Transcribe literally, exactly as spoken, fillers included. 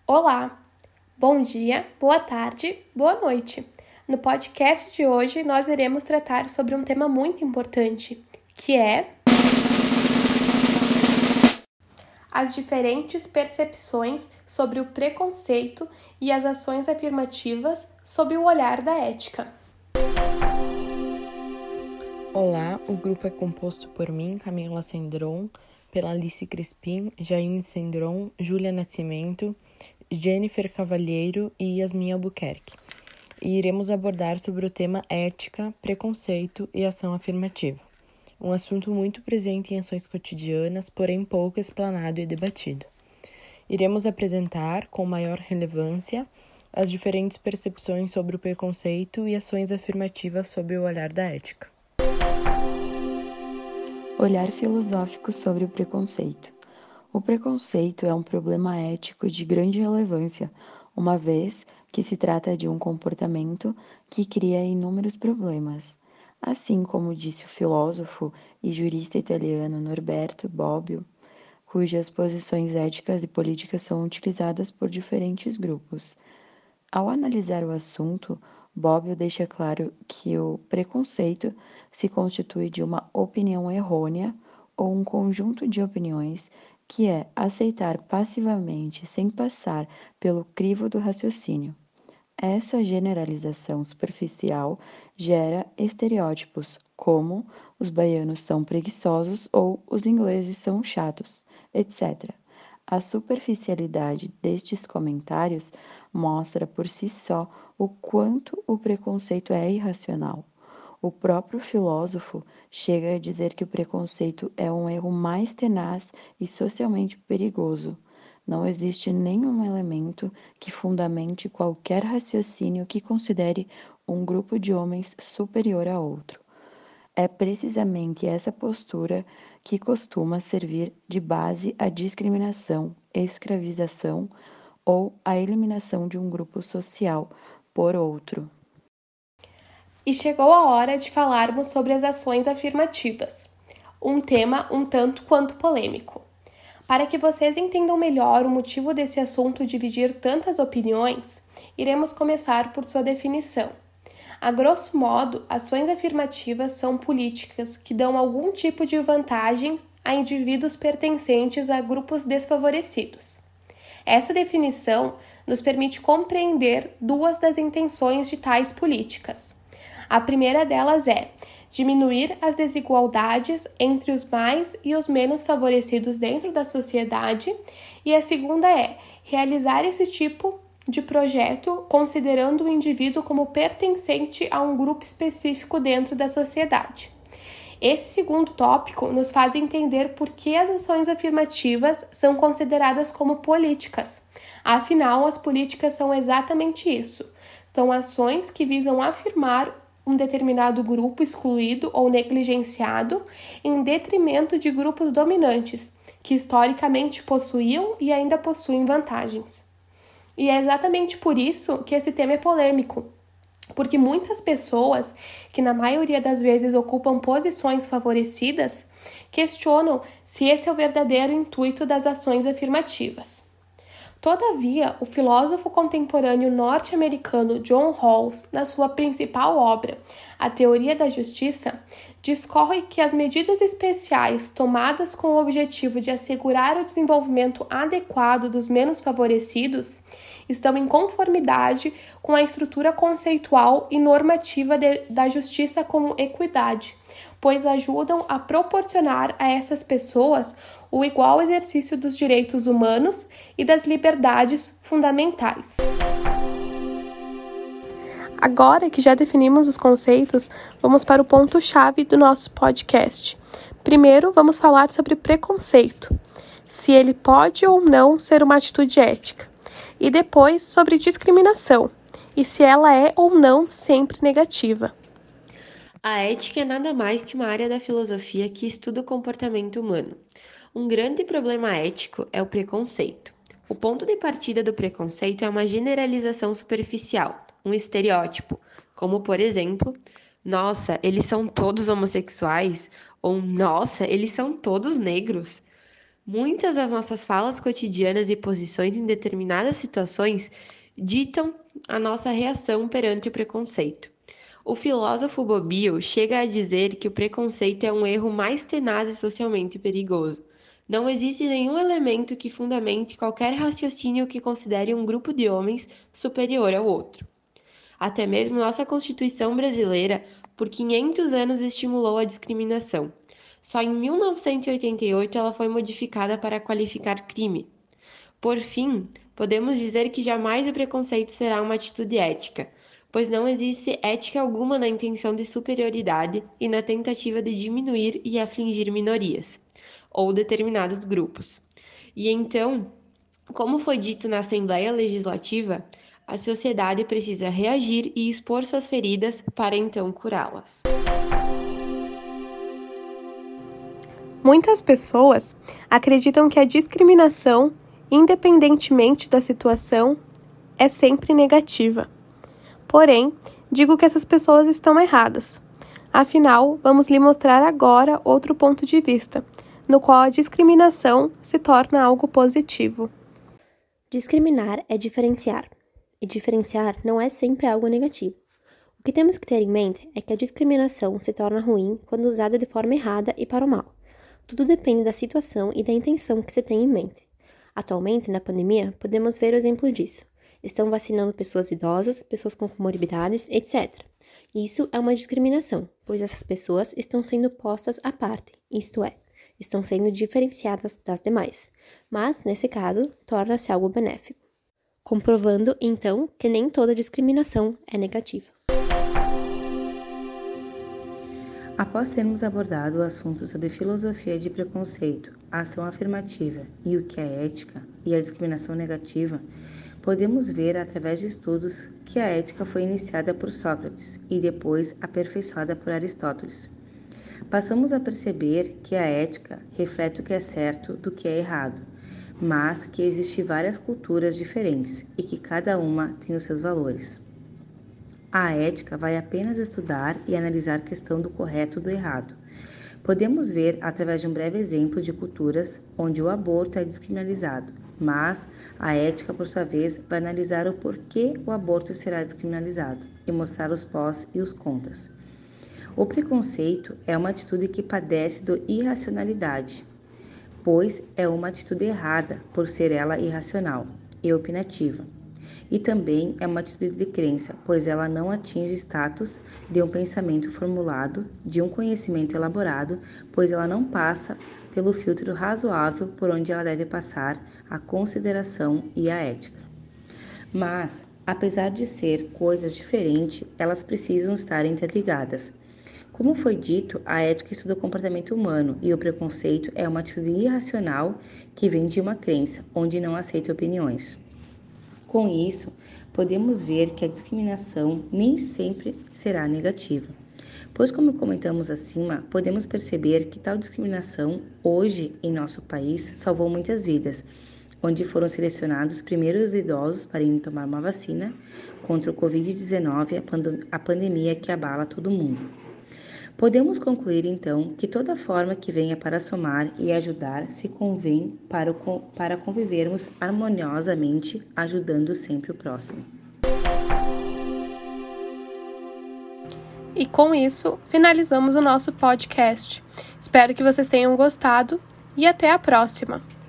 Olá, bom dia, boa tarde, boa noite. No podcast de hoje nós iremos tratar sobre um tema muito importante, que é as diferentes percepções sobre o preconceito e as ações afirmativas sob o olhar da ética. Olá, o grupo é composto por mim, Camila Sendron, pela Alice Crispim, Jaine Sendron, Júlia Nascimento, Jennifer Cavalheiro e Yasmin Albuquerque. E iremos abordar sobre o tema ética, preconceito e ação afirmativa. Um assunto muito presente em ações cotidianas, porém pouco explanado e debatido. Iremos apresentar, com maior relevância, as diferentes percepções sobre o preconceito e ações afirmativas sob o olhar da ética. Olhar filosófico sobre o preconceito. O preconceito é um problema ético de grande relevância, uma vez que se trata de um comportamento que cria inúmeros problemas. Assim como disse o filósofo e jurista italiano Norberto Bobbio, cujas posições éticas e políticas são utilizadas por diferentes grupos. Ao analisar o assunto, Bobbio deixa claro que o preconceito se constitui de uma opinião errônea ou um conjunto de opiniões que é aceitar passivamente sem passar pelo crivo do raciocínio. Essa generalização superficial gera estereótipos, como os baianos são preguiçosos ou os ingleses são chatos, etcétera. A superficialidade destes comentários mostra por si só o quanto o preconceito é irracional. O próprio filósofo chega a dizer que o preconceito é um erro mais tenaz e socialmente perigoso. Não existe nenhum elemento que fundamente qualquer raciocínio que considere um grupo de homens superior a outro. É precisamente essa postura que costuma servir de base à discriminação, escravização ou à eliminação de um grupo social por outro. E chegou a hora de falarmos sobre as ações afirmativas, um tema um tanto quanto polêmico. Para que vocês entendam melhor o motivo desse assunto dividir tantas opiniões, iremos começar por sua definição. A grosso modo, ações afirmativas são políticas que dão algum tipo de vantagem a indivíduos pertencentes a grupos desfavorecidos. Essa definição nos permite compreender duas das intenções de tais políticas. A primeira delas é diminuir as desigualdades entre os mais e os menos favorecidos dentro da sociedade, e a segunda é realizar esse tipo de projeto considerando o indivíduo como pertencente a um grupo específico dentro da sociedade. Esse segundo tópico nos faz entender por que as ações afirmativas são consideradas como políticas. Afinal, as políticas são exatamente isso. São ações que visam afirmar um determinado grupo excluído ou negligenciado em detrimento de grupos dominantes, que historicamente possuíam e ainda possuem vantagens. E é exatamente por isso que esse tema é polêmico, porque muitas pessoas, que na maioria das vezes ocupam posições favorecidas, questionam se esse é o verdadeiro intuito das ações afirmativas. Todavia, o filósofo contemporâneo norte-americano John Rawls, na sua principal obra, A Teoria da Justiça, discorre que as medidas especiais tomadas com o objetivo de assegurar o desenvolvimento adequado dos menos favorecidos estão em conformidade com a estrutura conceitual e normativa de, da justiça como equidade, pois ajudam a proporcionar a essas pessoas o igual exercício dos direitos humanos e das liberdades fundamentais. Agora que já definimos os conceitos, vamos para o ponto-chave do nosso podcast. Primeiro, vamos falar sobre preconceito, se ele pode ou não ser uma atitude ética. E depois, sobre discriminação, e se ela é ou não sempre negativa. A ética é nada mais que uma área da filosofia que estuda o comportamento humano. Um grande problema ético é o preconceito. O ponto de partida do preconceito é uma generalização superficial, um estereótipo, como, por exemplo, nossa, eles são todos homossexuais, ou nossa, eles são todos negros. Muitas das nossas falas cotidianas e posições em determinadas situações ditam a nossa reação perante o preconceito. O filósofo Bobbio chega a dizer que o preconceito é um erro mais tenaz e socialmente perigoso. Não existe nenhum elemento que fundamente qualquer raciocínio que considere um grupo de homens superior ao outro. Até mesmo nossa Constituição brasileira, por quinhentos anos, estimulou a discriminação. Só em mil novecentos e oitenta e oito ela foi modificada para qualificar crime. Por fim, podemos dizer que jamais o preconceito será uma atitude ética, pois não existe ética alguma na intenção de superioridade e na tentativa de diminuir e afligir minorias, ou determinados grupos. E então, como foi dito na Assembleia Legislativa, a sociedade precisa reagir e expor suas feridas para então curá-las. Muitas pessoas acreditam que a discriminação, independentemente da situação, é sempre negativa. Porém, digo que essas pessoas estão erradas. Afinal, vamos lhe mostrar agora outro ponto de vista, no qual a discriminação se torna algo positivo. Discriminar é diferenciar, e diferenciar não é sempre algo negativo. O que temos que ter em mente é que a discriminação se torna ruim quando usada de forma errada e para o mal. Tudo depende da situação e da intenção que se tem em mente. Atualmente, na pandemia, podemos ver o exemplo disso. Estão vacinando pessoas idosas, pessoas com comorbidades, etcétera. Isso é uma discriminação, pois essas pessoas estão sendo postas à parte, isto é, estão sendo diferenciadas das demais. Mas, nesse caso, torna-se algo benéfico. Comprovando, então, que nem toda discriminação é negativa. Após termos abordado o assunto sobre filosofia de preconceito, a ação afirmativa e o que é ética e a discriminação negativa, podemos ver através de estudos que a ética foi iniciada por Sócrates e depois aperfeiçoada por Aristóteles. Passamos a perceber que a ética reflete o que é certo do que é errado, mas que existem várias culturas diferentes e que cada uma tem os seus valores. A ética vai apenas estudar e analisar a questão do correto e do errado. Podemos ver através de um breve exemplo de culturas onde o aborto é descriminalizado, mas a ética, por sua vez, vai analisar o porquê o aborto será descriminalizado e mostrar os pós e os contras. O preconceito é uma atitude que padece de irracionalidade, pois é uma atitude errada por ser ela irracional e opinativa. E também é uma atitude de crença, pois ela não atinge status de um pensamento formulado, de um conhecimento elaborado, pois ela não passa pelo filtro razoável por onde ela deve passar a consideração e a ética. Mas, apesar de ser coisas diferentes, elas precisam estar interligadas. Como foi dito, a ética estuda o comportamento humano e o preconceito é uma atitude irracional que vem de uma crença, onde não aceita opiniões. Com isso, podemos ver que a discriminação nem sempre será negativa, pois, como comentamos acima, podemos perceber que tal discriminação, hoje em nosso país, salvou muitas vidas, onde foram selecionados primeiro os idosos para irem tomar uma vacina contra o covid dezenove, a, pand- a pandemia que abala todo mundo. Podemos concluir, então, que toda forma que venha para somar e ajudar se convém para, o, para convivermos harmoniosamente, ajudando sempre o próximo. E com isso, finalizamos o nosso podcast. Espero que vocês tenham gostado e até a próxima!